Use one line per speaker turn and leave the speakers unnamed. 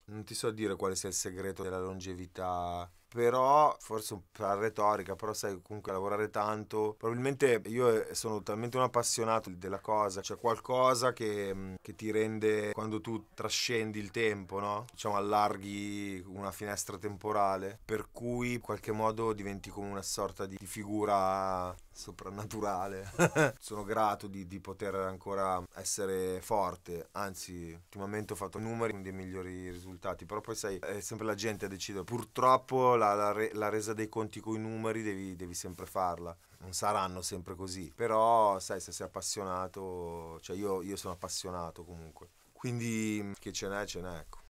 Non ti so dire quale sia il segreto della longevità, però forse un po' retorica, però sai comunque lavorare tanto, probabilmente io sono talmente un appassionato della cosa, c'è qualcosa che ti rende quando tu trascendi il tempo, no? Diciamo allarghi una finestra temporale, per cui in qualche modo diventi come una sorta di figura soprannaturale. Sono grato di poter ancora essere forte, anzi, ultimamente ho fatto numeri con dei migliori risultati, però poi sai, è sempre la gente a decidere. Purtroppo la resa dei conti con i numeri devi sempre farla. Non saranno sempre così, però sai, se sei appassionato, cioè io sono appassionato comunque. Quindi che ce n'è, ecco.